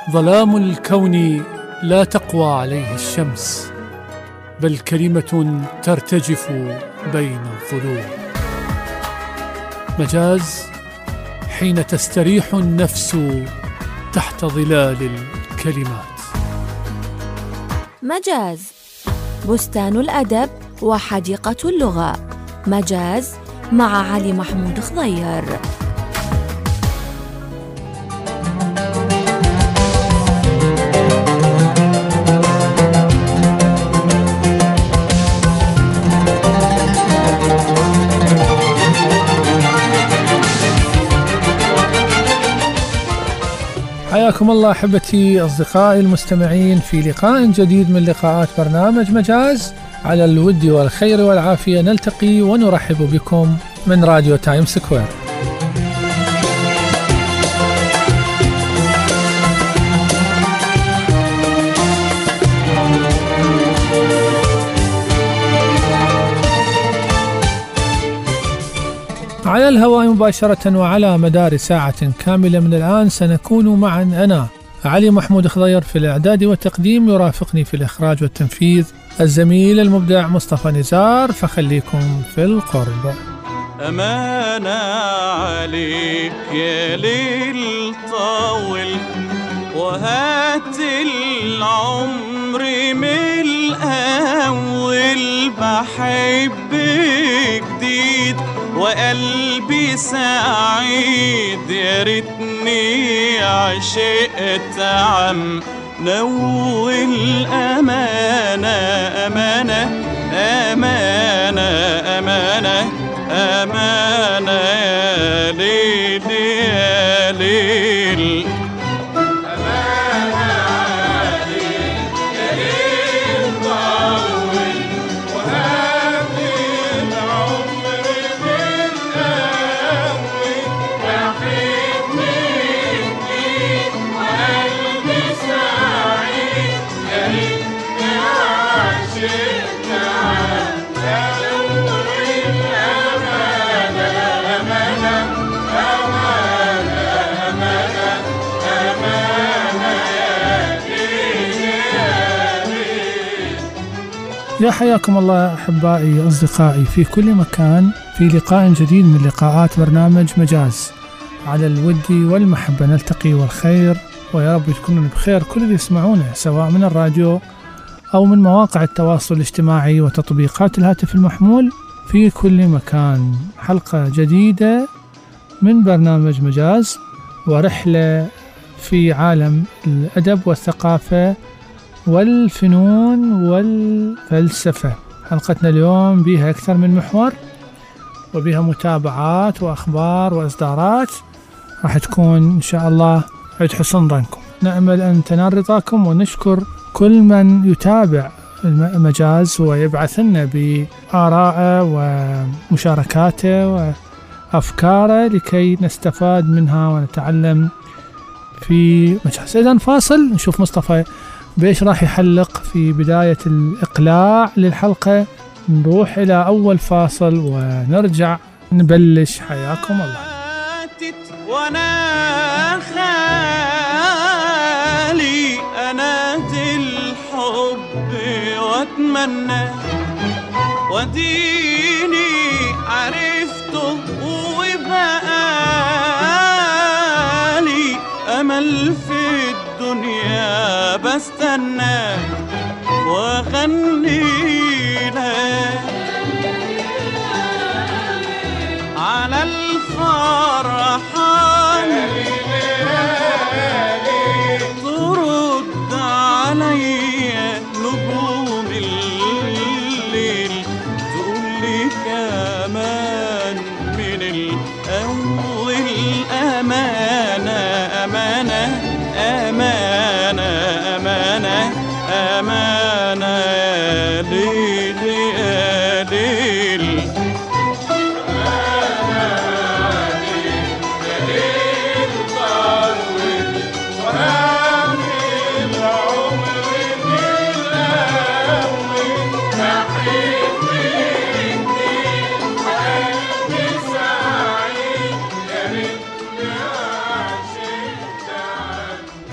ظلام الكون لا تقوى عليه الشمس، بل كلمة ترتجف بين الظلوم. مجاز حين تستريح النفس تحت ظلال الكلمات. مجاز بستان الأدب وحديقة اللغة. مجاز مع علي محمود خضير. حياكم الله أحبتي أصدقائي المستمعين في لقاء جديد من لقاءات برنامج مجاز. على الود والخير والعافية نلتقي ونرحب بكم من راديو تايم سكوير. على الهواء مباشرة وعلى مدار ساعة كاملة من الآن سنكون معا أنا علي محمود خضير في الإعداد والتقديم، يرافقني في الإخراج والتنفيذ الزميل المبدع مصطفى نزار، فخليكم في القرب. أمانة عليك يا ليل طول، وهات العمر من الأول، بحب جديد وقلبي سعيد، يا ريتني عشقت عم نول. أمانة أمانة أمانة أمانة أمانة يا ليل يا ليل. يا حياكم الله أحبائي أصدقائي في كل مكان في لقاء جديد من لقاءات برنامج مجاز. على الود والمحبة نلتقي والخير، ويا رب تكونوا بخير كل اللي يسمعونه سواء من الراديو أو من مواقع التواصل الاجتماعي وتطبيقات الهاتف المحمول في كل مكان. حلقة جديدة من برنامج مجاز ورحلة في عالم الأدب والثقافة والفنون والفلسفة. حلقتنا اليوم بها أكثر من محور وبها متابعات وأخبار وإصدارات، راح تكون إن شاء الله عند حسن ظنكم. نأمل أن تنال رضاكم، ونشكر كل من يتابع المجاز ويبعث لنا بآراءه ومشاركاته وأفكاره لكي نستفاد منها ونتعلم في مجاز. إذن فاصل نشوف مصطفى بيش راح يحلق في بداية الإقلاع للحلقة. نروح إلى أول فاصل ونرجع نبلش. حياكم الله. وانا خالي انادي الحب واتمنى، وديني عرفته وبقالي امل في الدنيا، بستنى واغني لك على الفرحان، ترد عليا نجوم الليل، تقولي كمان من الأول أمانة أمانة أمانة أمانة أمانة يا ليل.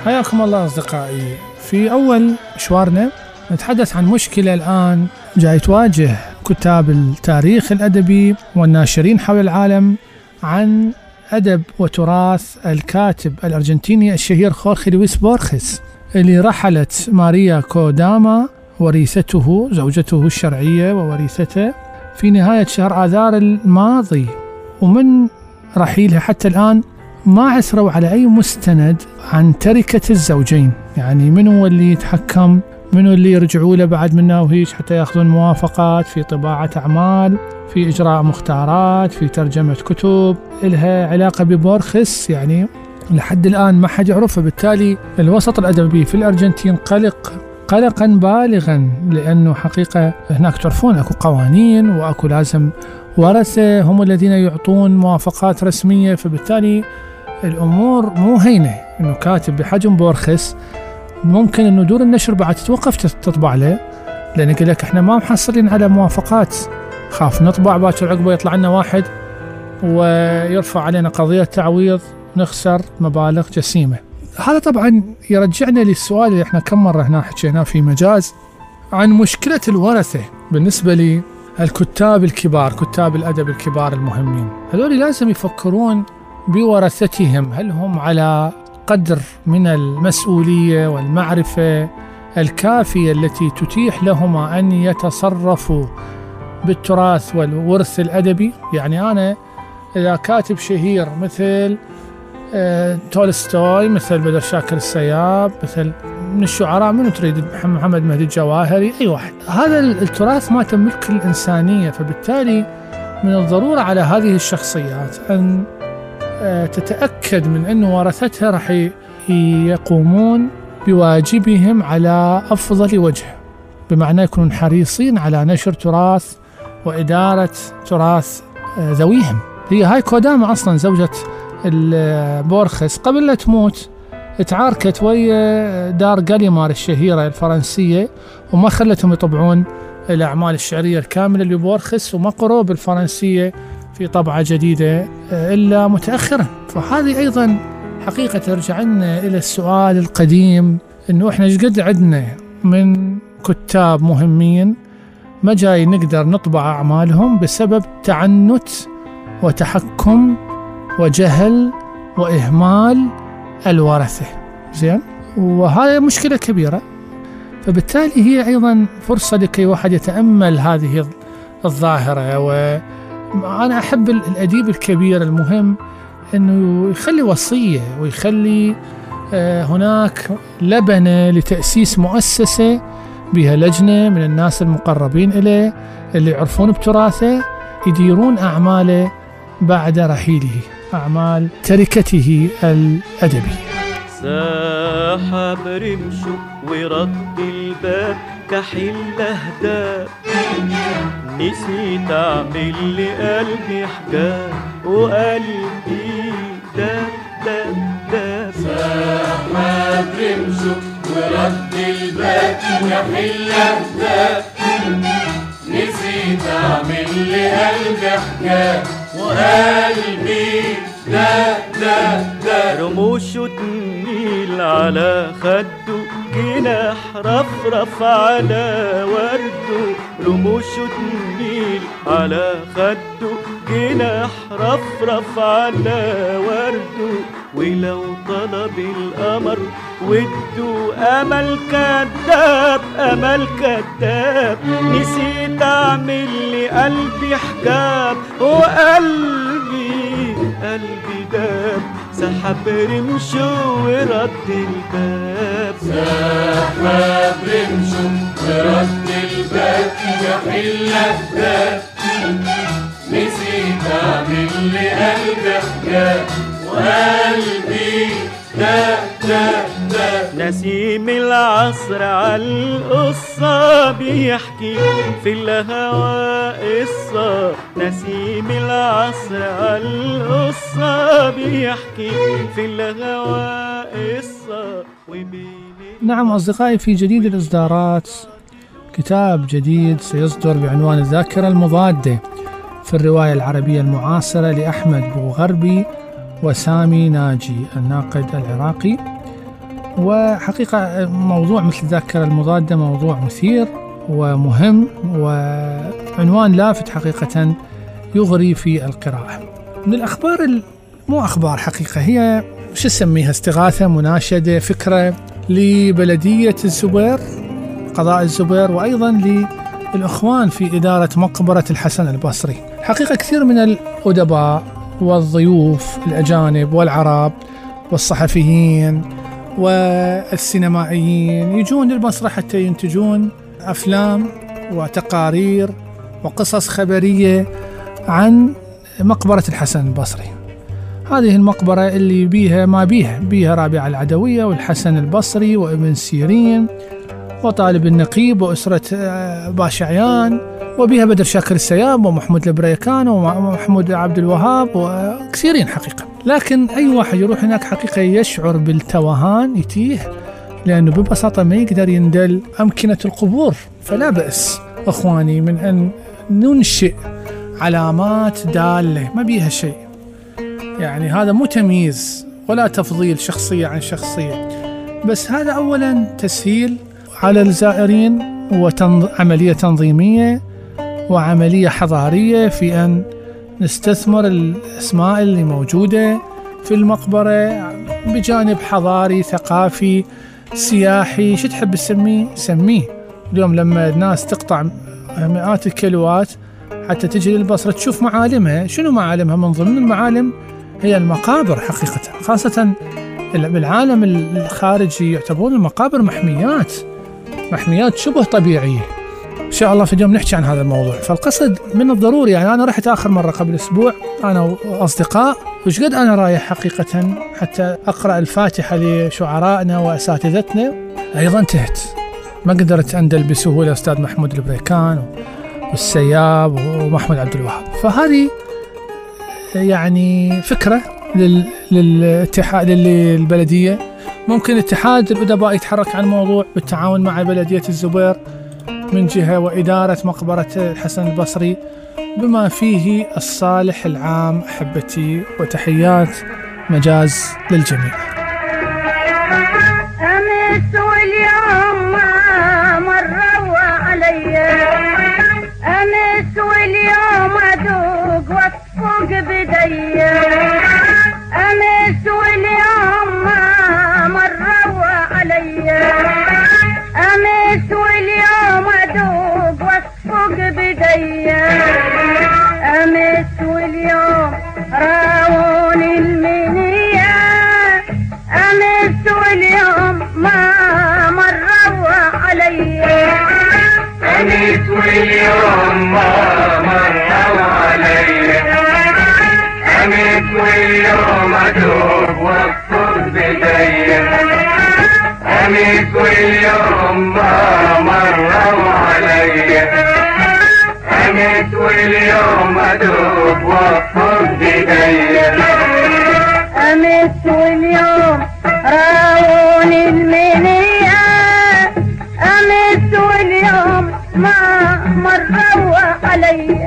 حياكم الله أصدقائي. في أول مشوارنا نتحدث عن مشكلة الآن جاي تواجه كتاب التاريخ الأدبي والناشرين حول العالم عن أدب وتراث الكاتب الأرجنتيني الشهير خورخي لويس بورخيس، اللي رحلت ماريا كوداما وريثته زوجته الشرعية ووريثته في نهاية شهر آذار الماضي. ومن رحيلها حتى الآن ما عثروا على أي مستند عن تركة الزوجين، يعني منو اللي يتحكم، منو اللي يرجعوا له بعد منه وهيش حتى يأخذون موافقات في طباعة أعمال، في إجراء مختارات، في ترجمة كتب إلها علاقة ببورخيس، يعني لحد الآن ما حد يعرفه. بالتالي الوسط الأدبي في الأرجنتين قلقا بالغا، لأنه حقيقة هناك تعرفون أكو قوانين وأكو لازم ورثة هم الذين يعطون موافقات رسمية، فبالتالي الأمور مو هينة. إنه كاتب بحجم بورخيس ممكن إنه دور النشر بعد تتوقف تطبع له، لأن يقول لك إحنا ما محصلين على موافقات، خاف نطبع باكر عقبه يطلع لنا واحد ويرفع علينا قضية تعويض نخسر مبالغ جسيمة. هذا طبعا يرجعنا للسؤال اللي احنا كم مرة هنا حكيناه في مجاز عن مشكلة الورثة بالنسبة للكتاب الكبار، كتاب الأدب الكبار المهمين. هذول لازم يفكرون بورثتهم، هل هم على قدر من المسؤولية والمعرفة الكافية التي تتيح لهما أن يتصرفوا بالتراث والورث الأدبي. يعني أنا إذا كاتب شهير مثل تولستوي، مثل بدر شاكر السياب، مثل من الشعراء من تريد، محمد مهدي الجواهري، أي واحد، هذا التراث ما تملك الإنسانية. فبالتالي من الضرورة على هذه الشخصيات أن تتأكد من أن ورثتها راح يقومون بواجبهم على أفضل وجه، بمعنى يكونون حريصين على نشر تراث وإدارة تراث ذويهم. هي هاي كوداما أصلا زوجة بورخيس قبل لا تموت تعاركت ويا دار غاليمار الشهيرة الفرنسية، وما خلتهم يطبعون الأعمال الشعرية الكاملة لبورخيس، وما قروا بالفرنسية في طبعة جديدة إلا متأخرا. فهذه أيضا حقيقة ترجع لنا إلى السؤال القديم، إنه إحنا إيش قد عندنا من كتاب مهمين ما جاي نقدر نطبع أعمالهم بسبب تعنت وتحكم وجهل وإهمال الورثة. زين، وهذه مشكلة كبيرة. فبالتالي هي أيضا فرصة لكي واحد يتأمل هذه الظاهرة. وأنا أحب الأديب الكبير المهم أنه يخلي وصية ويخلي هناك لبنة لتأسيس مؤسسة بها لجنة من الناس المقربين إليه اللي يعرفون بتراثه يديرون أعماله بعد رحيله، أعمال تركته الأدبي. ساحب رمشه ورد الباب كحل أهداب، نسيت أعمل لقلبي حجاب وقلبي داب داب داب. ساحب رمشه ورد الباب كحل أهداب، نسيت أعمل لقلبي حجاب وقلبي داب داب داب. رموشه تميل على خده، جناح رفرف على ورده. رموشه تميل على خده، جناح رفرف على ورده. ولو طلب القمر وده أمل كذاب، أمل كذاب. نسيت أعمل لقلبي حجاب وقلبي داب. سحب رمشه ورد الباب، سحب رمشه ورد الباب كحل أهداب، نسيت أعمل لقلبي حجاب وقلبي داب داب داب. نسيم العصر عالقصة بيحكي في الهوى قصة. نسيم العصر عالقصة بيحكي في الهوى قصة. نعم أصدقائي، في جديد الإصدارات كتاب جديد سيصدر بعنوان الذاكرة المضادة في الرواية العربية المعاصرة لأحمد بوغربي وسامي ناجي الناقد العراقي. وحقيقة موضوع مثل الذاكرة المضادة موضوع مثير ومهم وعنوان لافت حقيقة يغري في القراءة. من الأخبار مو أخبار حقيقة، هي شو اسميها، استغاثة، مناشدة، فكرة لبلدية الزبير، قضاء الزبير، وأيضا للإخوان في إدارة مقبرة الحسن البصري. حقيقة كثير من الأدباء والضيوف الأجانب والعرب والصحفيين والسينمائيين يجون للبصرة حتى ينتجون أفلام وتقارير وقصص خبرية عن مقبرة الحسن البصري. هذه المقبرة اللي بيها رابعة العدوية والحسن البصري وابن سيرين وطالب النقيب وأسرة باشعيان، وبيها بدر شاكر السياب ومحمود البريكان ومحمود عبد الوهاب وكثيرين حقيقة. لكن أي واحد يروح هناك حقيقة يشعر بالتوهان، يتيه، لأنه ببساطة ما يقدر يندل أمكنة القبور. فلا بأس أخواني من أن ننشئ علامات دالة ما بيها شيء، يعني هذا مو تمييز ولا تفضيل شخصية عن شخصية، بس هذا أولا تسهيل على الزائرين وعملية تنظيمية وعملية حضارية في أن نستثمر الأسماء اللي موجودة في المقبرة بجانب حضاري ثقافي سياحي، شو تحب سميه. اليوم لما الناس تقطع مئات الكيلوات حتى تجي للبصرة تشوف معالمها، شنو معالمها؟ من ضمن المعالم هي المقابر حقيقة، خاصة بالعالم الخارجي يعتبرون المقابر محميات شبه طبيعية. إن شاء الله في اليوم نحكي عن هذا الموضوع. فالقصد من الضروري، يعني أنا رحت آخر مرة قبل أسبوع أنا وأصدقاء، وش قد أنا رايح حقيقة حتى أقرأ الفاتحة لشعرائنا وأساتذتنا، أيضا انتهت، ما قدرت أندل بسهولة أستاذ محمود البريكان والسياب ومحمود عبد الوهاب. فهذه يعني فكرة للاتحاد للبلدية. ممكن اتحاد الأدباء يتحرك عن الموضوع بالتعاون مع بلدية الزبير من جهة وإدارة مقبرة الحسن البصري بما فيه الصالح العام. أحبتي، وتحيات مجاز للجميع. أمس واليوم مروا علي، أمس واليوم أذوق وأصفق بدي، أمس واليوم مروا علي، أمس واليوم أذوق وأصفق بدي، أمس واليوم راوني المنية، أمس واليوم ما مروا علي، أمس واليوم ما مروا علي، أمس واليوم أدوب وأصفق بدي، أمس واليوم ما مروا علي، أمس واليوم أدوب وأصفق بدي، أمس واليوم راوني المنية، أمس واليوم ما مروا علي.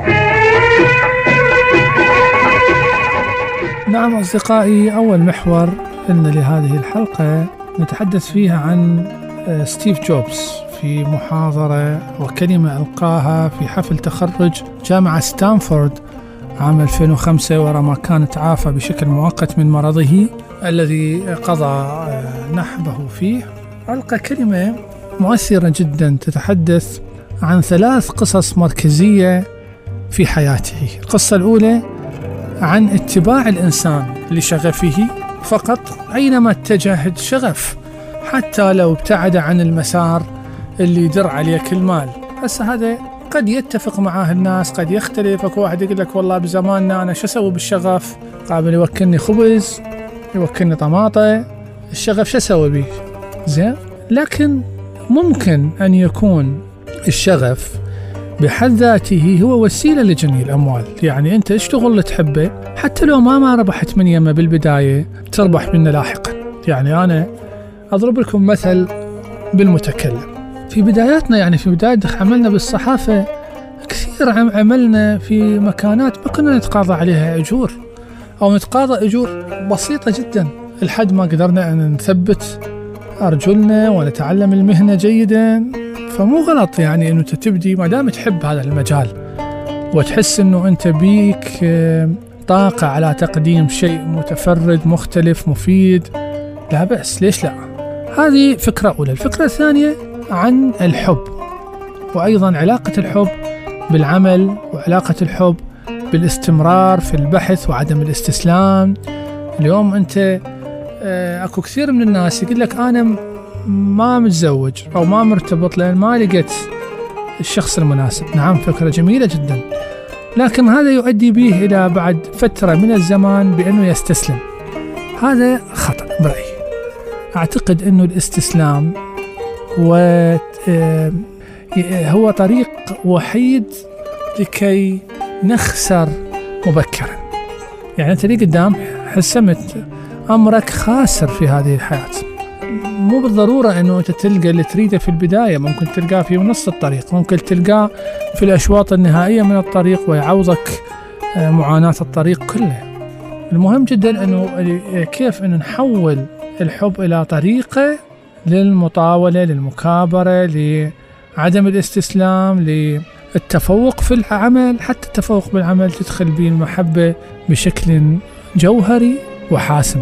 نعم أصدقائي، أول محور لنا لهذه الحلقة نتحدث فيها عن ستيف جوبز في محاضرة وكلمة ألقاها في حفل تخرج جامعة ستانفورد عام 2005 ورا ما كان تعافى بشكل مؤقت من مرضه الذي قضى نحبه فيه. ألقى كلمة مؤثرة جدا تتحدث عن 3 قصص مركزية في حياته. القصة الأولى عن اتباع الإنسان لشغفه فقط أينما اتجه الشغف، حتى لو ابتعد عن المسار اللي يدر عليك المال. بس هذا قد يتفق معاه الناس، قد يختلف. اكو واحد يقول لك والله بزماننا أنا شو أسوي بالشغف؟ قابل يوكلني خبز، يوكلني طماطة، الشغف شو أسوي به؟ زين، لكن ممكن أن يكون الشغف بحد ذاته هو وسيلة لجني الأموال. يعني أنت اشتغل اللي تحبه حتى لو ما ربحت من يمه بالبداية تربح منه لاحقا. يعني أنا أضرب لكم مثل بالمتكلم. في بداياتنا، يعني في بداية عملنا بالصحافة، كثير عملنا في مكانات ما كنا نتقاضى عليها أجور، أو نتقاضى أجور بسيطة جدا لحد ما قدرنا أن نثبت أرجلنا ونتعلم المهنة جيدا، فمو غلط يعني أنه تبدي ما دام تحب هذا المجال وتحس أنه أنت بيك طاقة على تقديم شيء متفرد مختلف مفيد، لا بأس، ليش لا؟ هذه فكرة أولى. الفكرة الثانية عن الحب، وأيضا علاقة الحب بالعمل، وعلاقة الحب بالاستمرار في البحث وعدم الاستسلام. اليوم أنت أكو كثير من الناس يقول لك أنا ما متزوج أو ما مرتبط لأن ما لقيت الشخص المناسب. نعم، فكرة جميلة جدا، لكن هذا يؤدي به إلى بعد فترة من الزمان بأنه يستسلم. هذا خطأ برأيي. أعتقد أنه الاستسلام هو طريق وحيد لكي نخسر مبكرا. يعني أنت لي قدام حسمت أمرك خاسر في هذه الحياة. مو بالضرورة أنه أنت تلقى اللي تريده في البداية، ممكن تلقاه في نص الطريق، ممكن تلقاه في الأشواط النهائية من الطريق ويعوضك معاناة الطريق كله. المهم جدا أنه كيف أنه نحول الحب إلى طريقة للمطاولة، للمكابرة، لعدم الاستسلام، للتفوق في العمل. حتى التفوق بالعمل تدخل به المحبة بشكل جوهري وحاسم.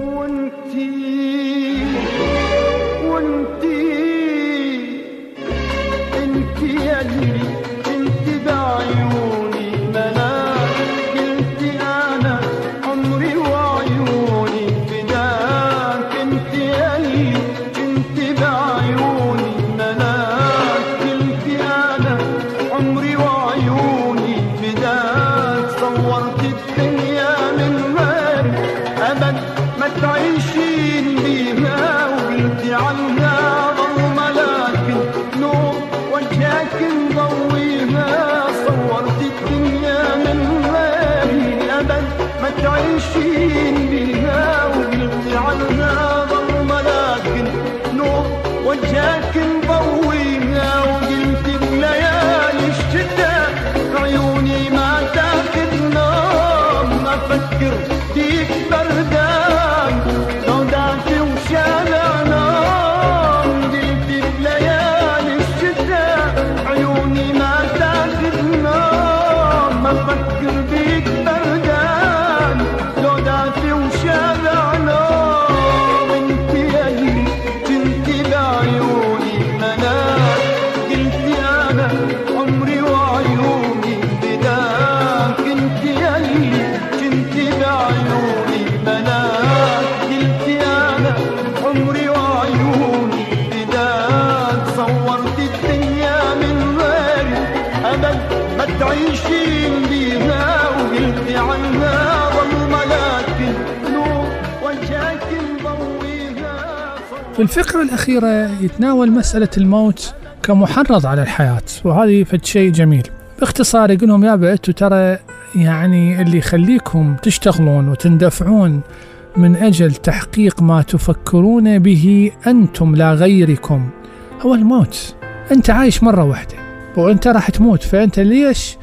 في الفقرة الأخيرة يتناول مسألة الموت كمحرض على الحياة، وهذه فد شيء جميل. باختصار يقول لهم يا بأتوا ترى يعني اللي يخليكم تشتغلون وتندفعون من أجل تحقيق ما تفكرون به أنتم لا غيركم هو الموت. أنت عايش مرة واحدة وأنت راح تموت، فأنت ليش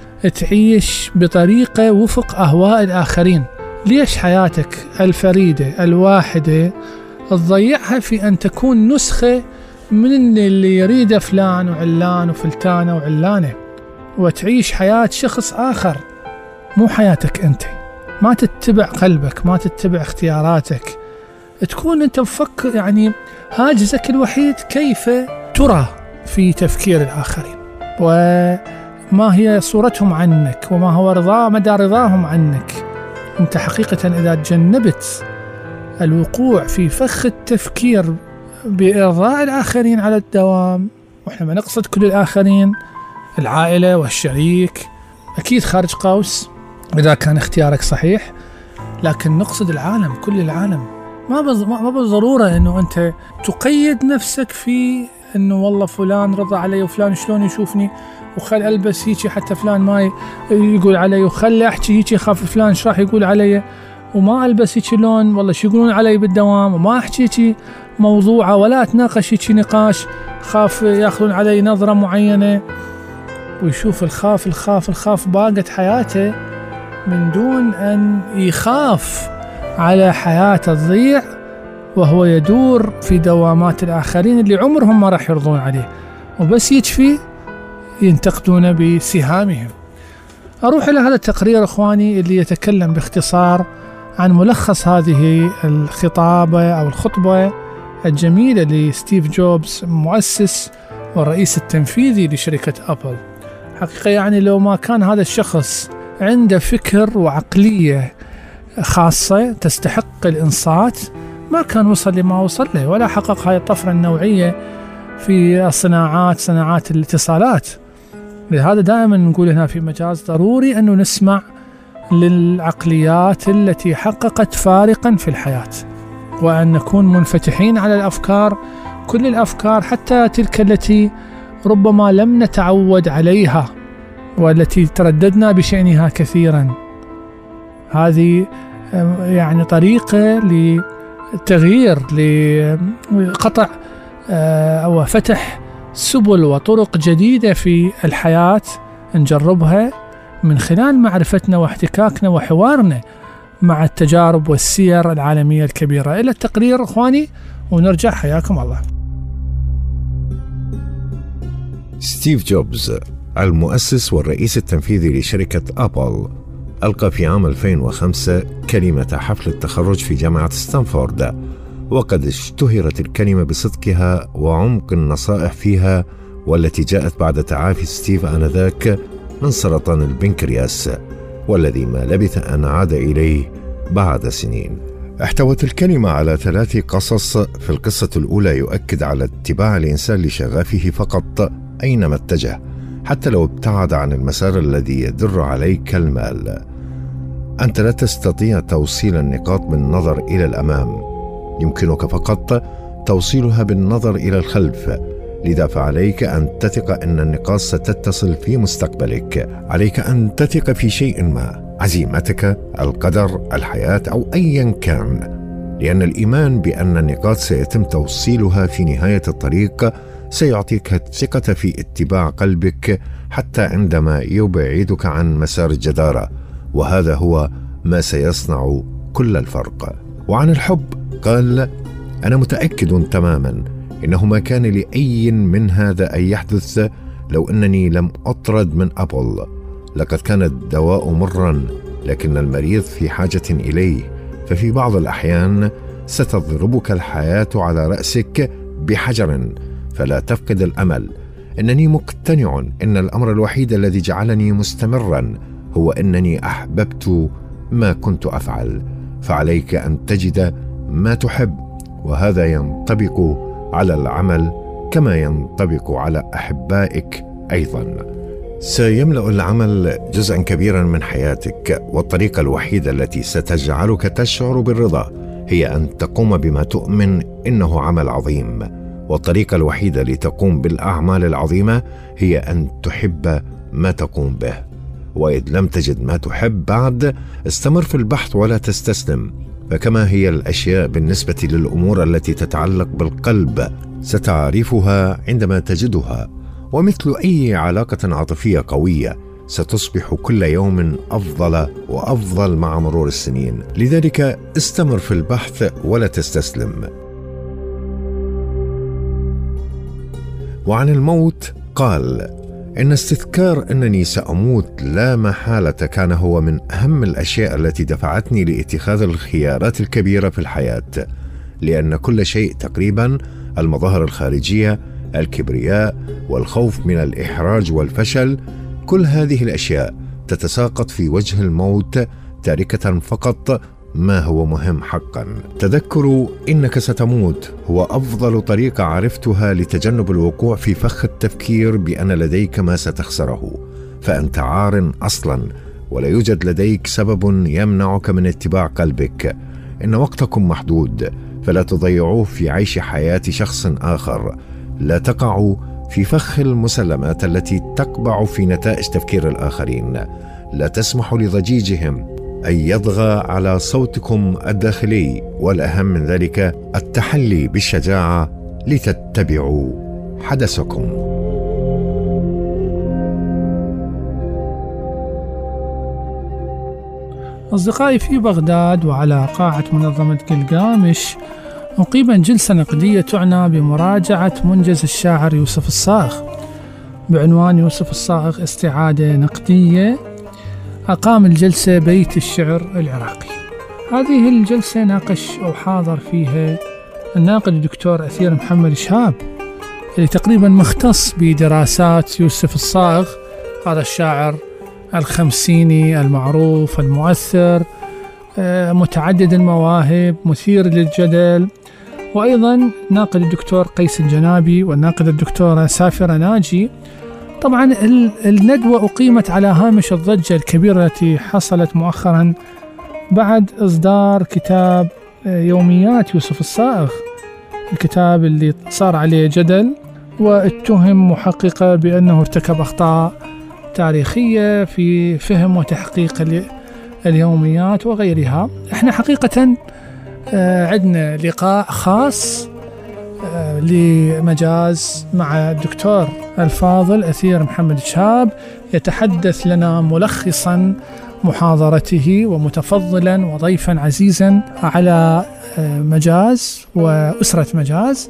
تعيش بطريقة وفق أهواء الآخرين؟ ليش حياتك الفريدة الواحدة تضيعها في أن تكون نسخة من اللي يريده فلان وعلان وفلتانة وعلانة، وتعيش حياة شخص آخر مو حياتك أنت؟ ما تتبع قلبك، ما تتبع اختياراتك، تكون أنت مفكر يعني هاجسك الوحيد كيف ترى في تفكير الآخرين، وما هي صورتهم عنك، وما هو مدى رضاهم عنك. أنت حقيقة إذا تجنبت الوقوع في فخ التفكير بإرضاء الآخرين على الدوام، وإحنا ما نقصد كل الآخرين، العائلة والشريك أكيد خارج قوس إذا كان اختيارك صحيح، لكن نقصد العالم، كل العالم. ما بالضرورة أنه أنت تقيد نفسك في أنه والله فلان رضى علي وفلان شلون يشوفني وخل ألبس هيك حتى فلان ما يقول علي، وخل أحكي هيك خاف فلان ايش راح يقول علي، وما ألبس هيك لون والله شو يقولون علي بالدوام، وما أحكي هيك موضوعة ولا أتناقش هيك نقاش خاف يأخذون علي نظرة معينة. ويشوف الخاف باقت حياته من دون أن يخاف على حياته تضيع وهو يدور في دوامات الآخرين اللي عمرهم ما راح يرضون عليه، وبس يجفي ينتقدون بسهامهم. أروح إلى هذا التقرير أخواني اللي يتكلم باختصار عن ملخص هذه الخطابة أو الخطبة الجميلة لستيف جوبز، مؤسس والرئيس التنفيذي لشركة أبل. حقيقة يعني لو ما كان هذا الشخص عنده فكر وعقلية خاصة تستحق الإنصات ما كان وصل لما وصل له، ولا حقق هاي الطفرة النوعية في صناعات الاتصالات. لهذا دائما نقول هنا في مجاز ضروري أنه نسمع للعقليات التي حققت فارقا في الحياة، وأن نكون منفتحين على الأفكار، كل الأفكار حتى تلك التي ربما لم نتعود عليها والتي ترددنا بشأنها كثيرا. هذه يعني طريقة لتغيير، لقطع أو فتح سبل وطرق جديدة في الحياة نجربها من خلال معرفتنا واحتكاكنا وحوارنا مع التجارب والسير العالمية الكبيرة. إلى التقرير أخواني ونرجع، حياكم الله. ستيف جوبز المؤسس والرئيس التنفيذي لشركة أبل ألقى في عام 2005 كلمة حفل التخرج في جامعة ستانفورد، وقد اشتهرت الكلمة بصدقها وعمق النصائح فيها، والتي جاءت بعد تعافي ستيف آنذاك من سرطان البنكرياس، والذي ما لبث أن عاد إليه بعد سنين. احتوت الكلمة على 3 قصص. في القصة الأولى يؤكد على اتباع الإنسان لشغفه فقط أينما اتجه، حتى لو ابتعد عن المسار الذي يدر عليك المال. أنت لا تستطيع توصيل النقاط بالنظر إلى الأمام، يمكنك فقط توصيلها بالنظر إلى الخلف. لذا فعليك أن تثق أن النقاط ستتصل في مستقبلك. عليك أن تثق في شيء ما، عزيمتك، القدر، الحياة أو أيا كان، لأن الإيمان بأن النقاط سيتم توصيلها في نهاية الطريق سيعطيك الثقة في اتباع قلبك حتى عندما يبعدك عن مسار الجدارة، وهذا هو ما سيصنع كل الفرق. وعن الحب قال: أنا متأكد تماما إنه ما كان لأي من هذا أن يحدث لو أنني لم أطرد من أبل. لقد كان الدواء مرا، لكن المريض في حاجة إليه، ففي بعض الأحيان ستضربك الحياة على رأسك بحجر، فلا تفقد الأمل. إنني مقتنع إن الأمر الوحيد الذي جعلني مستمرا هو أنني أحببت ما كنت أفعل، فعليك أن تجد ما تحب، وهذا ينطبق على العمل كما ينطبق على أحبائك أيضا. سيملأ العمل جزءا كبيرا من حياتك، والطريقة الوحيدة التي ستجعلك تشعر بالرضا هي أن تقوم بما تؤمن إنه عمل عظيم، والطريقة الوحيدة لتقوم بالأعمال العظيمة هي أن تحب ما تقوم به. وإذ لم تجد ما تحب بعد، استمر في البحث ولا تستسلم، فكما هي الأشياء بالنسبة للأمور التي تتعلق بالقلب ستعرفها عندما تجدها، ومثل أي علاقة عاطفية قوية ستصبح كل يوم أفضل وأفضل مع مرور السنين. لذلك استمر في البحث ولا تستسلم. وعن الموت قال: إن استذكار أنني سأموت لا محالة كان هو من أهم الأشياء التي دفعتني لاتخاذ الخيارات الكبيرة في الحياة، لأن كل شيء تقريبا، المظاهر الخارجية، الكبرياء والخوف من الإحراج والفشل، كل هذه الأشياء تتساقط في وجه الموت، تاركة فقط ما هو مهم حقا. تذكر إنك ستموت هو أفضل طريقة عرفتها لتجنب الوقوع في فخ التفكير بأن لديك ما ستخسره، فأنت عار أصلا، ولا يوجد لديك سبب يمنعك من اتباع قلبك. إن وقتكم محدود، فلا تضيعوه في عيش حياة شخص آخر. لا تقعوا في فخ المسلمات التي تقبع في نتائج تفكير الآخرين. لا تسمحوا لضجيجهم أن يطغى على صوتكم الداخلي، والأهم من ذلك التحلي بالشجاعة لتتبعوا حدثكم. أصدقائي، في بغداد وعلى قاعة منظمة جلجامش أقيمت جلسة نقدية تعنى بمراجعة منجز الشاعر يوسف الصاغ بعنوان يوسف الصاغ استعادة نقدية. أقام الجلسة بيت الشعر العراقي. هذه الجلسة ناقش أو حاضر فيها الناقد الدكتور أثير محمد شهاب، اللي تقريبا مختص بدراسات يوسف الصاغ، هذا الشاعر الخمسيني المعروف المؤثر، متعدد المواهب، مثير للجدل. وأيضا ناقد الدكتور قيس الجنابي والناقد الدكتورة سافرة ناجي. طبعا الندوة أقيمت على هامش الضجة الكبيرة التي حصلت مؤخرا بعد إصدار كتاب يوميات يوسف الصاغ، الكتاب اللي صار عليه جدل واتهم محققة بأنه ارتكب أخطاء تاريخية في فهم وتحقيق اليوميات وغيرها. احنا حقيقة عندنا لقاء خاص لمجاز مع الدكتور الفاضل أثير محمد شهاب، يتحدث لنا ملخصا محاضرته ومتفضلا وضيفا عزيزا على مجاز وأسرة مجاز.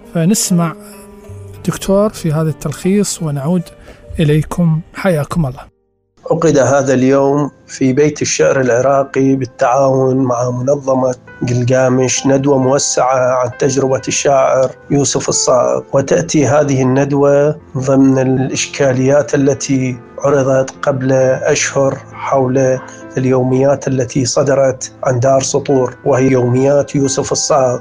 فنسمع الدكتور في هذا التلخيص ونعود إليكم. حياكم الله. عقد هذا اليوم في بيت الشعر العراقي بالتعاون مع منظمة قلقامش ندوة موسعة عن تجربة الشاعر يوسف الصاغ، وتأتي هذه الندوة ضمن الإشكاليات التي عرضت قبل أشهر حول اليوميات التي صدرت عن دار سطور، وهي يوميات يوسف الصاغ،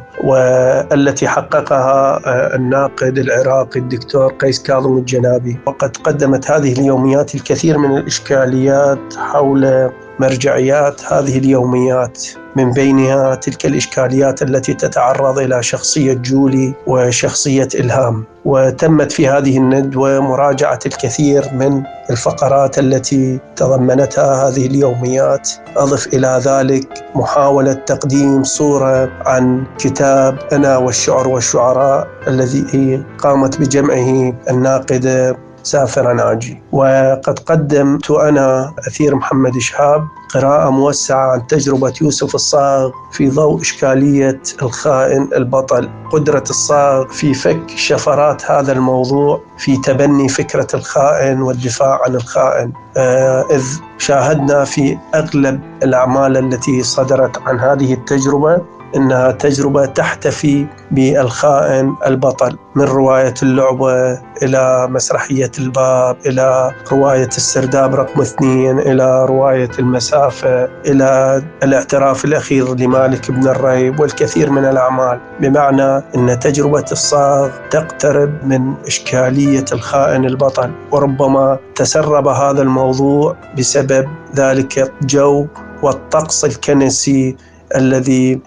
والتي حققها الناقد العراقي الدكتور قيس كاظم الجنابي. وقد قدمت هذه اليوميات الكثير من الإشكاليات حول مرجعيات هذه اليوميات، من بينها تلك الإشكاليات التي تتعرض إلى شخصية جولي وشخصية إلهام. وتمت في هذه الندوة مراجعة الكثير من الفقرات التي تضمنتها هذه اليوميات. أضف إلى ذلك محاولة تقديم صورة عن كتاب أنا والشعر والشعراء الذي قامت بجمعه الناقدة سافرة ناجي. وقد قدمت أنا أثير محمد شهاب قراءة موسعة عن تجربة يوسف الصاغ في ضوء إشكالية الخائن البطل، قدرة الصاغ في فك شفرات هذا الموضوع في تبني فكرة الخائن والدفاع عن الخائن، إذ شاهدنا في أغلب الأعمال التي صدرت عن هذه التجربة إنها تجربة تحتفي بالخائن البطل، من رواية اللعبة إلى مسرحية الباب إلى رواية السرداب رقم 2 إلى رواية المسافة إلى الاعتراف الأخير لمالك بن الريب والكثير من الأعمال. بمعنى أن تجربة الصاغ تقترب من إشكالية الخائن البطل، وربما تسرب هذا الموضوع بسبب ذلك الجو والطقس الكنسي الذي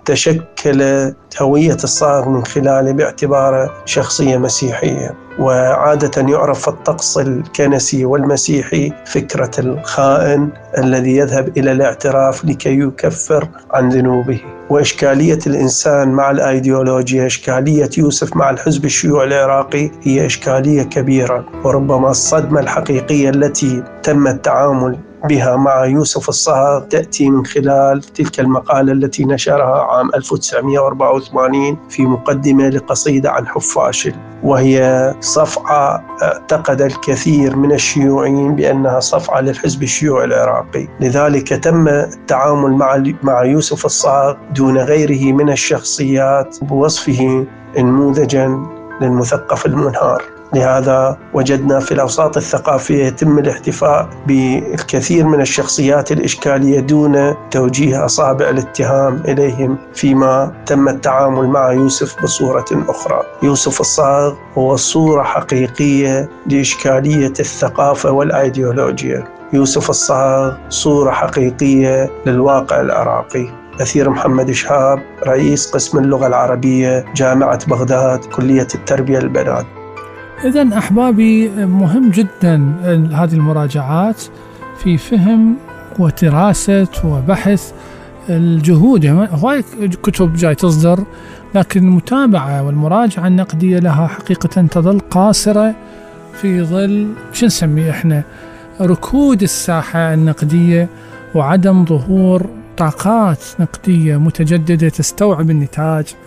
تشكل هوية الصاغ من خلاله باعتباره شخصية مسيحية. وعادة يعرف في الطقس الكنسي والمسيحي فكرة الخائن الذي يذهب إلى الاعتراف لكي يكفر عن ذنوبه. وإشكالية الإنسان مع الأيديولوجيا، إشكالية يوسف مع الحزب الشيوعي العراقي هي إشكالية كبيرة، وربما الصدمة الحقيقية التي تم التعامل بها مع يوسف الصاغ تأتي من خلال تلك المقالة التي نشرها عام 1984 في مقدمة لقصيدة عن حفاشل، وهي صفعة اعتقد الكثير من الشيوعيين بأنها صفعة للحزب الشيوعي العراقي. لذلك تم التعامل مع يوسف الصاغ دون غيره من الشخصيات بوصفه نموذجا للمثقف المنهار. لهذا وجدنا في الأوساط الثقافية يتم الاحتفاء بالكثير من الشخصيات الإشكالية دون توجيه أصابع الاتهام إليهم، فيما تم التعامل مع يوسف بصورة أخرى. يوسف الصاغ هو صورة حقيقية لإشكالية الثقافة والأيديولوجيا. يوسف الصاغ صورة حقيقية للواقع العراقي. أثير محمد شهاب، رئيس قسم اللغة العربية، جامعة بغداد، كلية التربية البنات. إذن أحبابي، مهم جدا هذه المراجعات في فهم ودراسة وبحث الجهود. هواي كتب جاي تصدر، لكن المتابعة والمراجعة النقدية لها حقيقة تظل قاصرة في ظل شو نسميه إحنا ركود الساحة النقدية وعدم ظهور طاقات نقدية متجددة تستوعب النتاج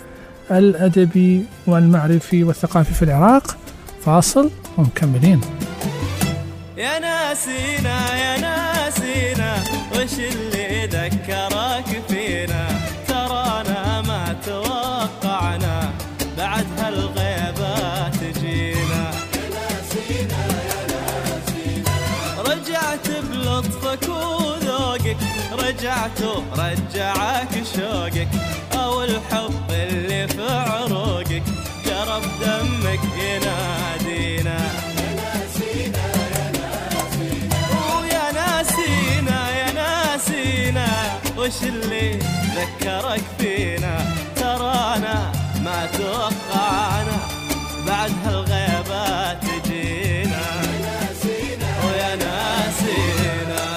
الأدبي والمعرفي والثقافي في العراق. فاصل ومكملين. يا ناسينا يا ناسينا وش اللي ذكرك فينا، ترانا ما توقعنا بعد هالغيبة تجينا. يا ناسينا يا ناسينا رجعت بلطفك وذوقك، رجعت ورجعك شوقك، أو الحب اللي في عروقك جرب دمك ينادينا. يا ناسينا يا ناسينا ويا ناسينا يا ناسينا وش اللي ذكرك فينا، ترانا ما توقعنا بعد هالغيبة تجينا. يا ناسينا ويا ناسينا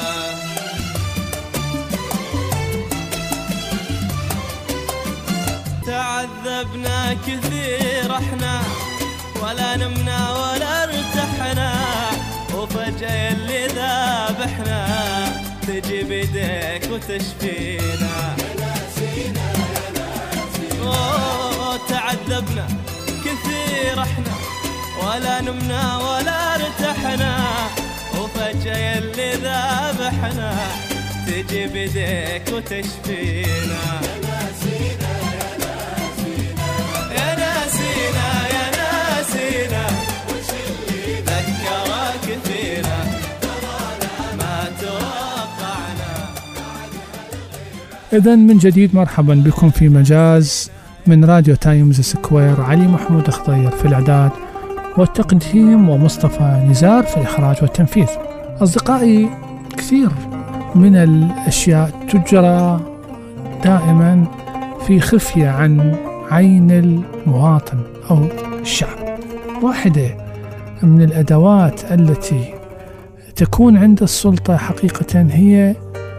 تعذبنا كثير احنا ولا نمنا ولا ارتحنا، وفجأة اللي ذابحنا تجي بيديك وتشفينا. يا ناسينا يا ناسينا تعذبنا كثير احنا ولا نمنا ولا ارتحنا، وفجأة اللي ذابحنا تجي بيديك وتشفينا. يا ناسينا يا ناسينا يا ناسينا يا ناسينا وش اللي ذكرك فينا، ترانا ما توقعنا. إذن من جديد مرحبا بكم في مجاز من راديو تايمز سكوير. علي محمود خضير في الإعداد والتقديم، ومصطفى نزار في الإخراج والتنفيذ. أصدقائي، كثير من الأشياء تجرى دائما في خفية عن عين المواطن أو الشعب. واحدة من الأدوات التي تكون عند السلطة حقيقة هي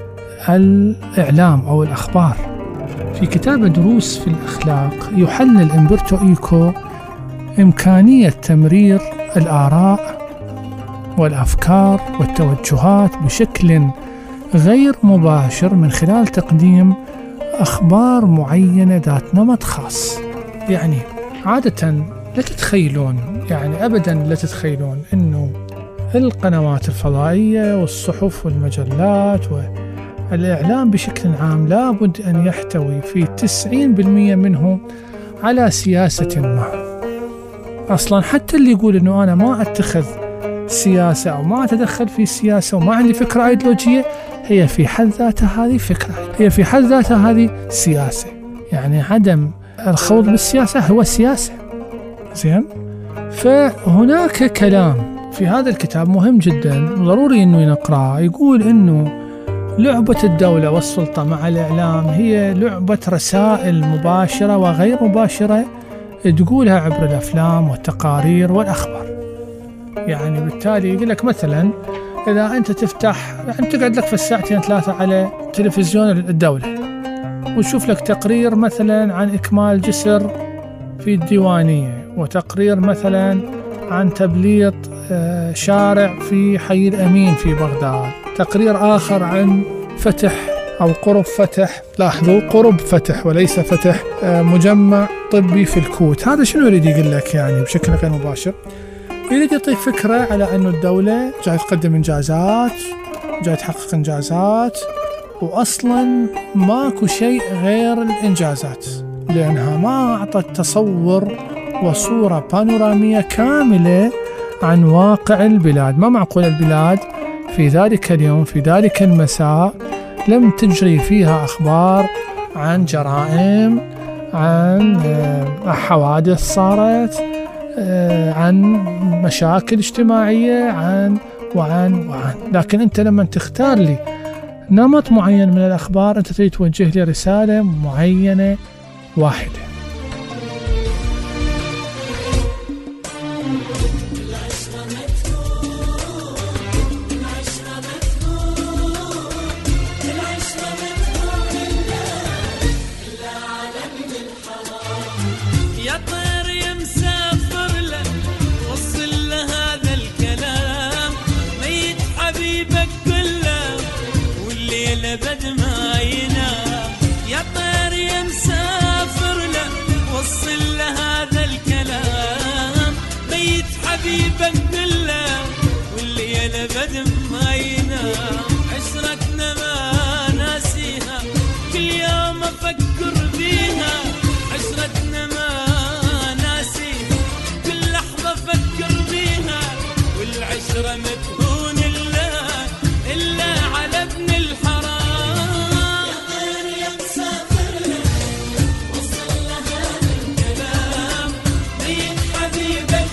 الإعلام أو الأخبار. في كتاب دروس في الأخلاق يحلل إمبرتو إيكو إمكانية تمرير الآراء والأفكار والتوجهات بشكل غير مباشر من خلال تقديم أخبار معينة ذات نمط خاص. يعني عادة لا تتخيلون، يعني أبدا لا تتخيلون أنه القنوات الفضائية والصحف والمجلات والإعلام بشكل عام لابد أن يحتوي في 90% منه على سياسة ما. أصلا حتى اللي يقول أنه أنا ما أتخذ سياسة أو ما أتدخل في السياسة وما عندي فكرة أيديولوجية، هي في حد ذاتها هذه فكرة، هي في حد ذاتها هذه سياسة. يعني عدم الخوض بالسياسة هو سياسة. زين، فهناك كلام في هذا الكتاب مهم جدا وضروري أنه نقرأه. يقول أنه لعبة الدولة والسلطة مع الإعلام هي لعبة رسائل مباشرة وغير مباشرة تقولها عبر الأفلام والتقارير والأخبار. يعني بالتالي يقول لك مثلا إذا أنت تفتح، يعني تقعد لك في الساعتين 3 على تلفزيون الدولة وتشوف لك تقرير مثلا عن إكمال جسر في الديوانية، وتقرير مثلا عن تبليط شارع في حي الأمين في بغداد، تقرير آخر عن فتح أو قرب فتح، لاحظوا قرب فتح وليس فتح مجمع طبي في الكوت. هذا شنو يريد يقول لك؟ يعني بشكل غير مباشر يريد يعطيك فكرة على أنه الدولة جاي تقدم إنجازات، جاي تحقق إنجازات، وأصلا ماكو شيء غير الإنجازات، لأنها ما أعطت تصور وصورة بانورامية كاملة عن واقع البلاد. ما معقول البلاد في ذلك اليوم في ذلك المساء لم تجري فيها أخبار عن جرائم، عن حوادث صارت، عن مشاكل اجتماعية، وعن لكن أنت لما تختار لي نمط معين من الأخبار أنت تريد توجه لي رسالة معينة واحدة. بد ما ينام يا طير يا مسافر له وص هذا الكلام بيت حبيبك بالله والليلة بد ما ينام عشرتنا ما ناسيها كل يوم أفكر فيها عشرتنا ما ناسيها كل لحظة أفكر فيها والعشرة مدهون إلا على ابن الحرام يا غير يا مسافر وصل لها الكلام بيت حبيبك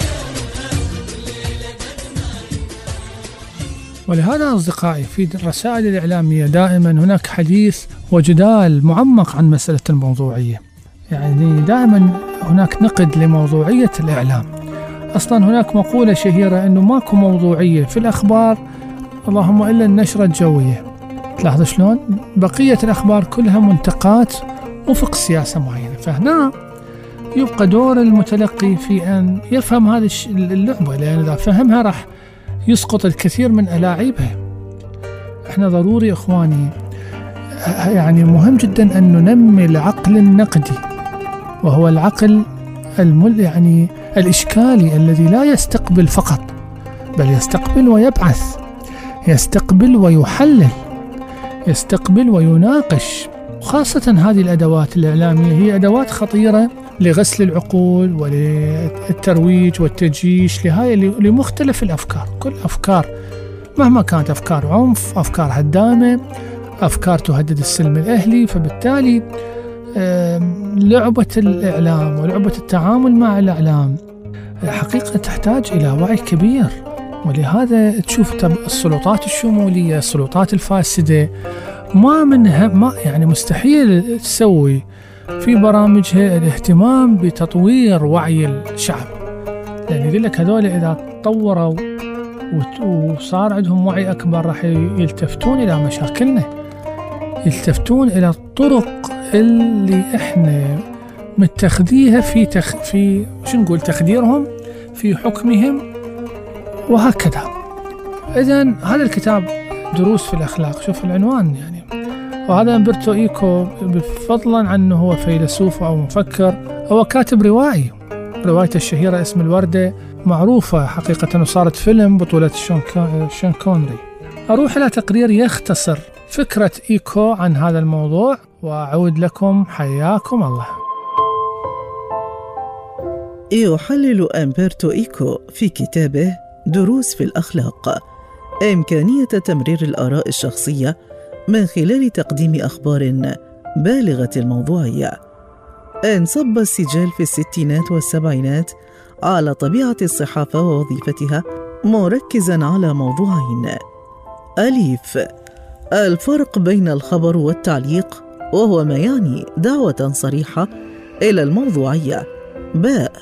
ولهذا أصدقائي في الرسائل الإعلامية دائما هناك حديث وجدال معمق عن مسألة الموضوعية. يعني دائما هناك نقد لموضوعية الإعلام. أصلا هناك مقولة شهيرة أنه ماكو موضوعية في الأخبار اللهم إلا النشرة الجوية. تلاحظ شلون بقية الأخبار كلها منتقات وفق سياسة معينة. فهنا يبقى دور المتلقي في أن يفهم هذه اللعبة، لأن إذا فهمها راح يسقط الكثير من ألاعيبها. احنا ضروري إخواني يعني مهم جدا أن ننمي العقل النقدي، وهو العقل يعني الإشكالي الذي لا يستقبل فقط بل يستقبل ويبعث، يستقبل ويحلل، يستقبل ويناقش. خاصة هذه الأدوات الإعلامية هي أدوات خطيرة لغسل العقول وللترويج والتجيش لمختلف الأفكار. كل أفكار مهما كانت أفكار عنف، أفكار هدامة، أفكار تهدد السلم الأهلي. فبالتالي لعبة الإعلام ولعبة التعامل مع الإعلام حقيقة تحتاج إلى وعي كبير. ولهذا تشوف السلطات الشمولية، السلطات الفاسدة ما يعني مستحيل تسوي في برامجها الاهتمام بتطوير وعي الشعب، لأن يقول لك هذول إذا تطوروا وصار عندهم وعي أكبر راح يلتفتون إلى مشاكلنا، يلتفتون إلى الطرق اللي إحنا متخذيها في شو نقول تخديرهم في حكمهم وهكذا. إذن هذا الكتاب دروس في الأخلاق، شوف العنوان يعني. وهذا أمبرتو إيكو فضلا عنه هو فيلسوف أو مفكر، هو كاتب روائي، روايته الشهيرة اسم الوردة معروفة حقيقة وصارت فيلم بطولة شون كونري. أروح إلى تقرير يختصر فكرة إيكو عن هذا الموضوع وأعود لكم. حياكم الله. يحلل أمبرتو إيكو في كتابه دروس في الأخلاق إمكانية تمرير الآراء الشخصية من خلال تقديم أخبار بالغة الموضوعية. انصب السجال في الستينات والسبعينات على طبيعة الصحافة ووظيفتها، مركزاً على موضوعين: أليف الفرق بين الخبر والتعليق، وهو ما يعني دعوة صريحة إلى الموضوعية. باء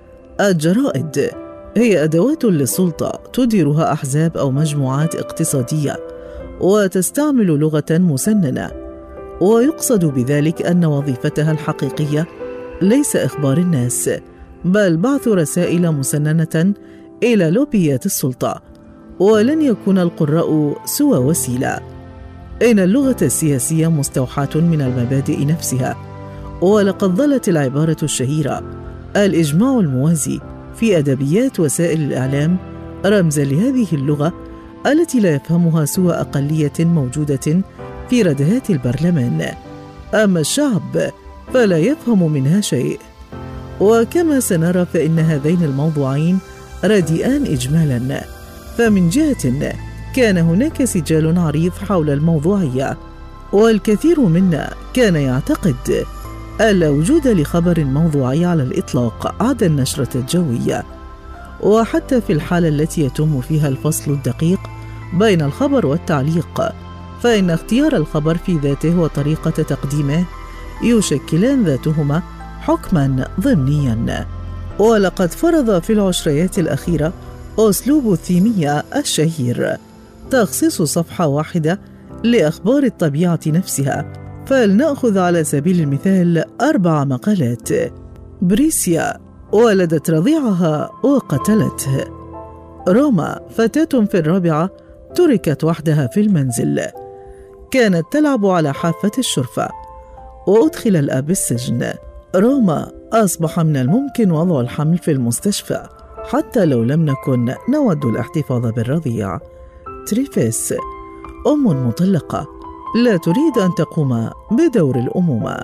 الجرائد هي أدوات للسلطة تديرها أحزاب أو مجموعات اقتصادية وتستعمل لغة مسننة، ويقصد بذلك أن وظيفتها الحقيقية ليس إخبار الناس بل بعث رسائل مسننة إلى لوبيات السلطة، ولن يكون القراء سوى وسيلة. إن اللغة السياسية مستوحاة من المبادئ نفسها، ولقد ظلت العبارة الشهيرة الإجماع الموازي في أدبيات وسائل الإعلام رمزا لهذه اللغة التي لا يفهمها سوى أقلية موجودة في ردهات البرلمان، أما الشعب فلا يفهم منها شيء. وكما سنرى فإن هذين الموضوعين رديئان إجمالا. فمن جهة كان هناك سجال عريض حول الموضوعية، والكثير منا كان يعتقد ألا وجود لخبر موضوعي على الإطلاق عدا النشرة الجوية. وحتى في الحالة التي يتم فيها الفصل الدقيق بين الخبر والتعليق، فإن اختيار الخبر في ذاته وطريقة تقديمه يشكلان ذاتهما حكماً ضمنياً. ولقد فرض في العشريات الأخيرة أسلوب الثيمية الشهير تخصيص صفحة واحدة لأخبار الطبيعة نفسها. فلنأخذ على سبيل المثال 4 مقالات: بريسيا ولدت رضيعها وقتلته. روما فتاة في 4 تركت وحدها في المنزل، كانت تلعب على حافة الشرفة وأدخل الأب السجن. روما أصبح من الممكن وضع الحمل في المستشفى حتى لو لم نكن نود الاحتفاظ بالرضيع. تريفيس أم مطلقة لا تريد أن تقوم بدور الأمومة.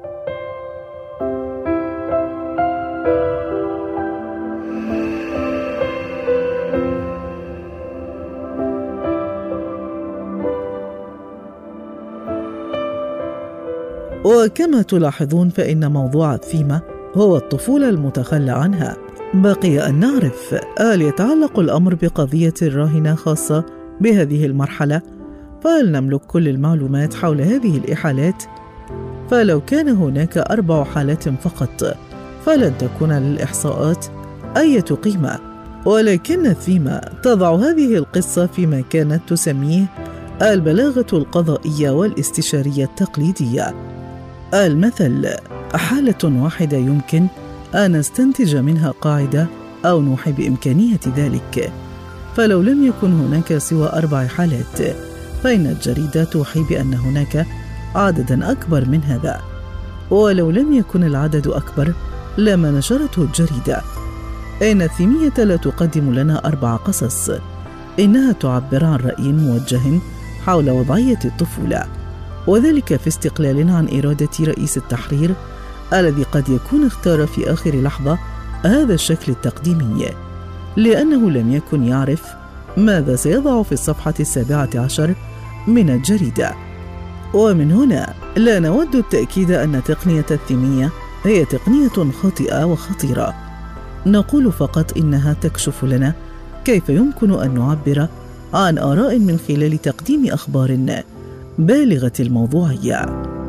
وكما تلاحظون فإن موضوع الثيمة هو الطفولة المتخلى عنها. بقي أن نعرف هل يتعلق الأمر بقضية راهنة خاصة بهذه المرحلة؟ فهل نملك كل المعلومات حول هذه الإحالات؟ فلو كان هناك 4 حالات فقط فلن تكون للإحصاءات أي قيمة، ولكن الثيمة تضع هذه القصة فيما كانت تسميه البلاغة القضائية والاستشارية التقليدية. المثل حالة واحدة يمكن أن نستنتج منها قاعدة أو نوحي بإمكانية ذلك، فلو لم يكن هناك سوى 4 حالات فإن الجريدة توحي بأن هناك عددا أكبر من هذا، ولو لم يكن العدد أكبر لما نشرته الجريدة. إن الثيمية لا تقدم لنا 4 قصص، إنها تعبر عن رأي موجه حول وضعية الطفولة، وذلك في استقلال عن إرادة رئيس التحرير الذي قد يكون اختار في آخر لحظة هذا الشكل التقديمي، لأنه لم يكن يعرف ماذا سيضع في الصفحة 17 من الجريدة. ومن هنا لا نود التأكيد أن تقنية الثيمية هي تقنية خاطئة وخطيرة، نقول فقط إنها تكشف لنا كيف يمكن أن نعبر عن آراء من خلال تقديم أخبار بالغة الموضوعية.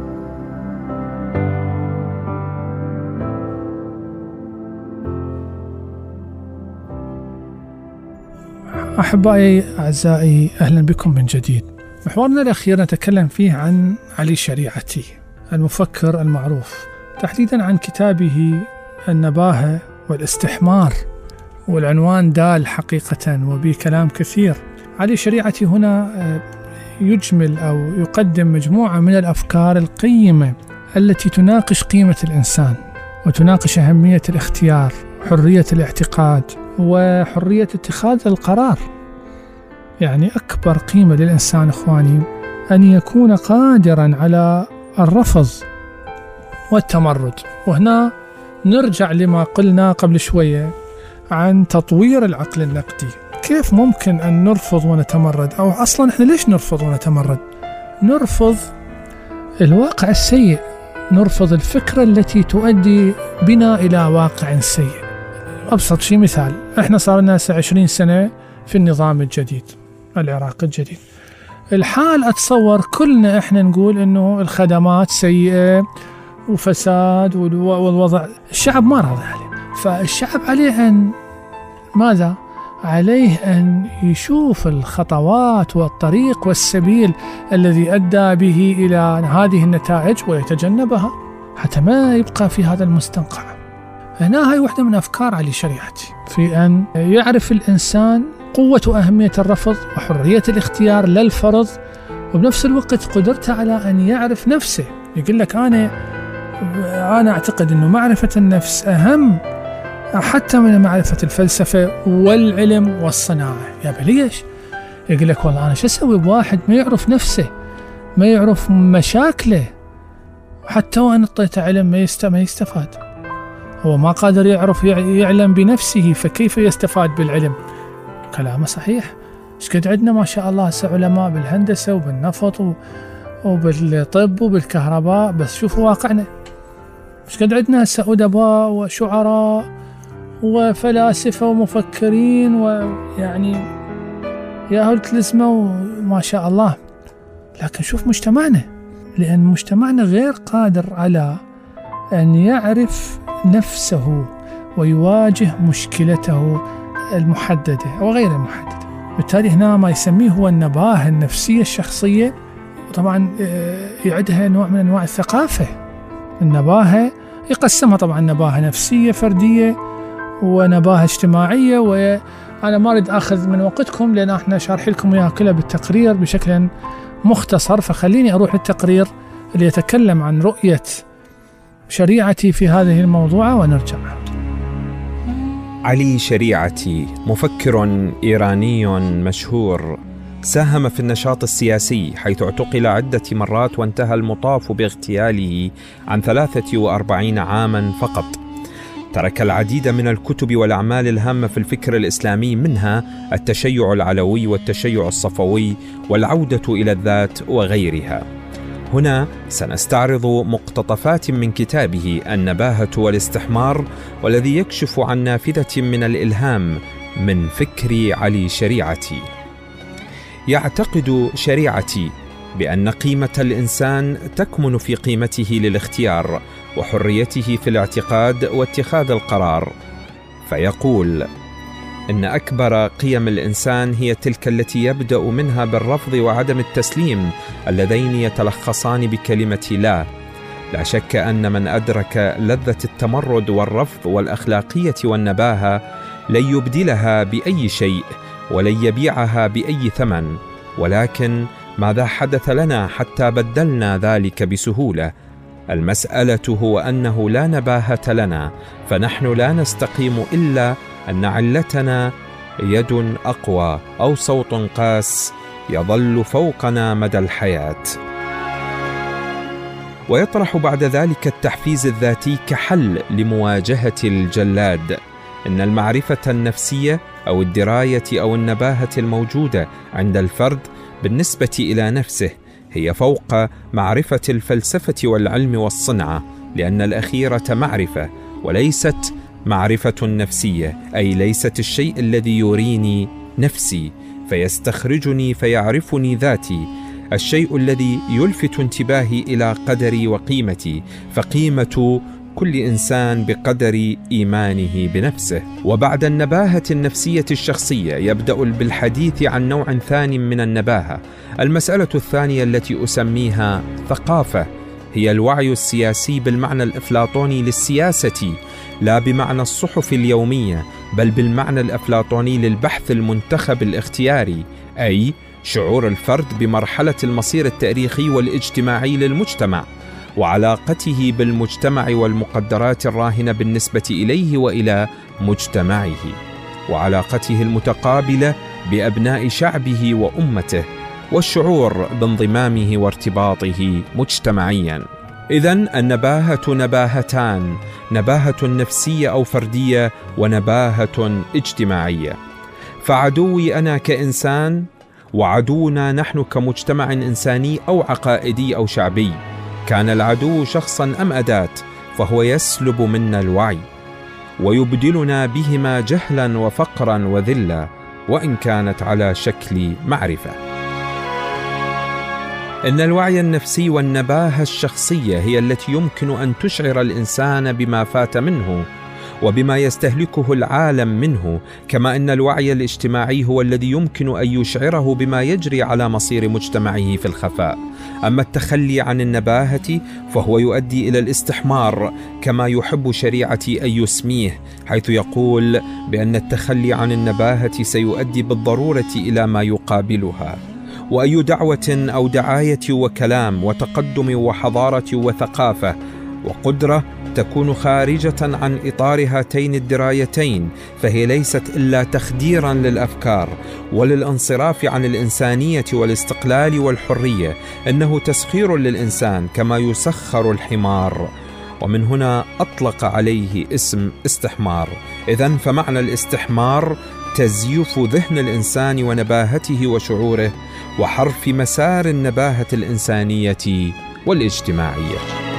أحبائي أعزائي، أهلا بكم من جديد. محورنا الأخير نتكلم فيه عن علي شريعتي، المفكر المعروف، تحديدا عن كتابه النباهة والاستحمار، والعنوان دال حقيقة وبه كلام كثير. علي شريعتي هنا يجمل أو يقدم مجموعة من الأفكار القيمة التي تناقش قيمة الإنسان وتناقش أهمية الاختيار، حرية الاعتقاد وحرية اتخاذ القرار. يعني أكبر قيمة للإنسان إخواني أن يكون قادرا على الرفض والتمرد. وهنا نرجع لما قلنا قبل شوية عن تطوير العقل النقدي. كيف ممكن أن نرفض ونتمرد؟ أو أصلا إحنا ليش نرفض ونتمرد؟ نرفض الواقع السيء، نرفض الفكرة التي تؤدي بنا إلى واقع سيء. أبسط شيء مثال، إحنا صار لنا 20 سنة في النظام الجديد العراقي الجديد. الحال أتصور كلنا إحنا نقول إنه الخدمات سيئة وفساد والوضع، الشعب ما راضي عليه. فالشعب عليه أن ماذا؟ عليه أن يشوف الخطوات والطريق والسبيل الذي أدى به إلى هذه النتائج ويتجنبها حتى ما يبقى في هذا المستنقع. هنا هاي واحدة من أفكار علي شريعتي في أن يعرف الإنسان قوة وأهمية الرفض وحرية الاختيار للفرض، وبنفس الوقت قدرته على أن يعرف نفسه. يقول لك أنا أعتقد أنه معرفة النفس أهم حتى من معرفة الفلسفة والعلم والصناعة. يا بليش؟ يقول لك والله أنا شو أسوي بواحد ما يعرف نفسه، ما يعرف مشاكله، حتى وأن أعطيته علم ما يستفاد. هو ما قادر يعلم بنفسه، فكيف يستفاد بالعلم؟ كلامه صحيح. ايش قد عندنا ما شاء الله هسه علماء بالهندسة وبالنفط وبالطب وبالكهرباء، بس شوفوا واقعنا. ايش قد عندنا هسه أدباء وشعراء وفلاسفة ومفكرين، ويعني يا هل تلزمه وما شاء الله. لكن شوف مجتمعنا، لأن مجتمعنا غير قادر على أن يعرف نفسه ويواجه مشكلته المحددة وغير المحددة. بالتالي هنا ما يسميه هو النباهة النفسية الشخصية، وطبعا يعدها نوع من أنواع الثقافة. النباهة يقسمها طبعا نباهة نفسية فردية ونباهة اجتماعية، وأنا ما أريد أخذ من وقتكم لأن احنا شارح لكم إياها كلها بالتقرير بشكل مختصر، فخليني أروح التقرير اللي يتكلم عن رؤية شريعتي في هذه الموضوع ونرجع. علي شريعتي مفكر إيراني مشهور، ساهم في النشاط السياسي حيث اعتقل عدة مرات وانتهى المطاف باغتياله عن 43 عاما فقط. ترك العديد من الكتب والأعمال الهامة في الفكر الإسلامي، منها التشيع العلوي والتشيع الصفوي والعودة إلى الذات وغيرها. هنا سنستعرض مقتطفات من كتابه النباهة والاستحمار، والذي يكشف عن نافذة من الإلهام من فكر علي شريعتي. يعتقد شريعتي بأن قيمة الإنسان تكمن في قيمته للاختيار وحريته في الاعتقاد واتخاذ القرار، فيقول إن أكبر قيم الإنسان هي تلك التي يبدأ منها بالرفض وعدم التسليم، اللذين يتلخصان بكلمة لا. لا شك أن من أدرك لذة التمرد والرفض والأخلاقية والنباهة لن يبدلها بأي شيء ولن يبيعها بأي ثمن، ولكن ماذا حدث لنا حتى بدلنا ذلك بسهولة؟ المسألة هو أنه لا نباهة لنا، فنحن لا نستقيم إلا أن علتنا يد أقوى أو صوت قاس يظل فوقنا مدى الحياة. ويطرح بعد ذلك التحفيز الذاتي كحل لمواجهة الجلاد. إن المعرفة النفسية أو الدراية أو النباهة الموجودة عند الفرد بالنسبة إلى نفسه هي فوق معرفة الفلسفة والعلم والصنعة، لأن الأخيرة معرفة وليست معرفة نفسية، أي ليست الشيء الذي يريني نفسي فيستخرجني فيعرفني ذاتي، الشيء الذي يلفت انتباهي إلى قدري وقيمتي، فقيمة كل إنسان بقدر إيمانه بنفسه. وبعد النباهة النفسية الشخصية يبدأ بالحديث عن نوع ثاني من النباهة. المسألة الثانية التي أسميها ثقافة هي الوعي السياسي بالمعنى الأفلاطوني للسياسة، لا بمعنى الصحف اليومية، بل بالمعنى الأفلاطوني للبحث المنتخب الاختياري، أي شعور الفرد بمرحلة المصير التاريخي والاجتماعي للمجتمع، وعلاقته بالمجتمع والمقدرات الراهنة بالنسبة إليه وإلى مجتمعه، وعلاقته المتقابلة بأبناء شعبه وأمته، والشعور بانضمامه وارتباطه مجتمعيا. إذن النباهة نباهتان، نباهة نفسية أو فردية ونباهة اجتماعية. فعدوي أنا كإنسان وعدونا نحن كمجتمع إنساني أو عقائدي أو شعبي. كان العدو شخصا أم أداة، فهو يسلب منا الوعي ويبدلنا بهما جهلا وفقرا وذلا، وإن كانت على شكل معرفة. إن الوعي النفسي والنباهة الشخصية هي التي يمكن أن تشعر الإنسان بما فات منه وبما يستهلكه العالم منه، كما أن الوعي الاجتماعي هو الذي يمكن أن يشعره بما يجري على مصير مجتمعه في الخفاء. أما التخلي عن النباهة فهو يؤدي إلى الاستحمار، كما يحب شريعتي أن يسميه، حيث يقول بأن التخلي عن النباهة سيؤدي بالضرورة إلى ما يقابلها. وأي دعوة أو دعاية وكلام وتقدم وحضارة وثقافة وقدرة تكون خارجة عن إطار هاتين الدرايتين فهي ليست إلا تخديرا للأفكار وللانصراف عن الإنسانية والاستقلال والحرية. إنه تسخير للإنسان كما يسخر الحمار، ومن هنا أطلق عليه اسم استحمار. إذن فمعنى الاستحمار تزييف ذهن الإنسان ونباهته وشعوره وحرف مسار النباهة الإنسانية والاجتماعية.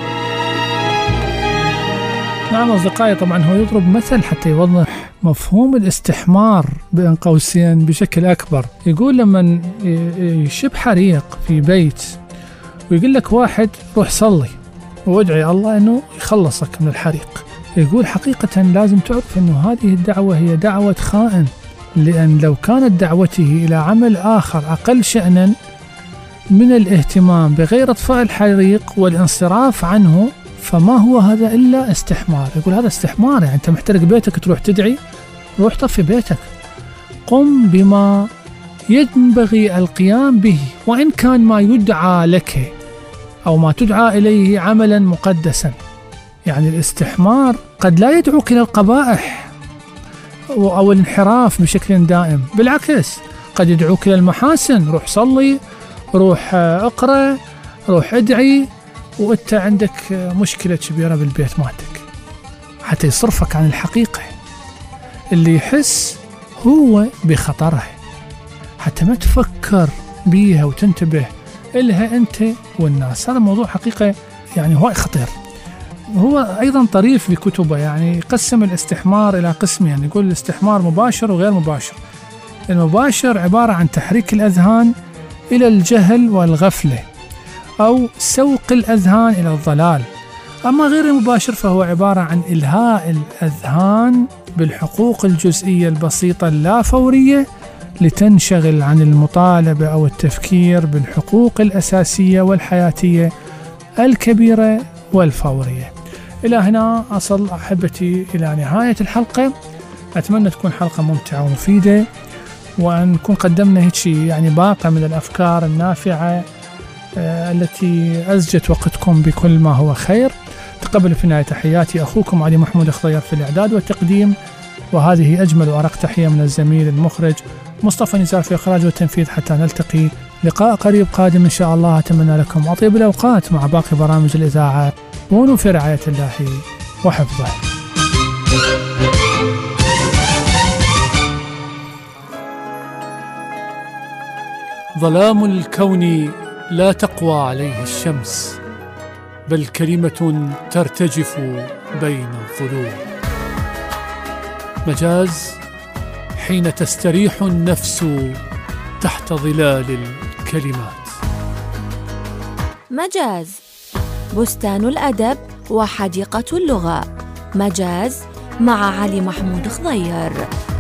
نعم أصدقائي، طبعا هو يضرب مثل حتى يوضح مفهوم الاستحمار بين قوسين بشكل أكبر. يقول لما يشب حريق في بيت ويقول لك واحد روح صلي وادعي الله أنه يخلصك من الحريق، يقول حقيقة لازم تعرف أنه هذه الدعوة هي دعوة خائن، لأن لو كانت دعوته إلى عمل آخر أقل شأنا من الاهتمام بغير إطفاء الحريق والانصراف عنه فما هو هذا إلا استحمار. يقول هذا استحمار، يعني أنت محترق بيتك تروح تدعي، روح طفي بيتك، قم بما ينبغي القيام به، وإن كان ما يدعى لك أو ما تدعى إليه عملا مقدسا. يعني الاستحمار قد لا يدعوك إلى القبائح أو الانحراف بشكل دائم، بالعكس قد يدعوك إلى المحاسن. روح صلي، روح اقرأ، روح ادعي، وانت عندك مشكلة كبيرة بالبيت مالتك، حتى يصرفك عن الحقيقة. اللي يحس هو بخطره، حتى ما تفكر بيها وتنتبه إلها أنت والناس. هذا موضوع حقيقة يعني هو خطير. هو أيضا طريف بكتبه، يعني يقسم الاستحمار إلى قسمين، يعني يقول الاستحمار مباشر وغير مباشر. المباشر عبارة عن تحريك الأذهان إلى الجهل والغفلة أو سوق الأذهان إلى الضلال. أما غير المباشر فهو عبارة عن إلهاء الأذهان بالحقوق الجزئية البسيطة اللافورية لتنشغل عن المطالبة أو التفكير بالحقوق الأساسية والحياتية الكبيرة والفورية. إلى هنا أصل أحبتي إلى نهاية الحلقة. أتمنى تكون حلقة ممتعة ومفيدة، وأن نكون قدمنا هيك يعني باقة من الأفكار النافعة التي أزجت وقتكم بكل ما هو خير. تقبل في النهاية تحياتي أخوكم علي محمود خضير في الإعداد والتقديم، وهذه أجمل وأرق تحية من الزميل المخرج مصطفى نزار في الإخراج والتنفيذ. حتى نلتقي لقاء قريب قادم إن شاء الله. أتمنى لكم أطيب الأوقات مع باقي برامج الإذاعة، كونوا في رعاية الله وحفظه. ظلام الكون لا تقوى عليه الشمس، بل كلمة ترتجف بين الظلوم. مجاز حين تستريح النفس تحت ظلال الكلمات. مجاز، بستان الأدب وحديقة اللغة. مجاز مع علي محمود خضير.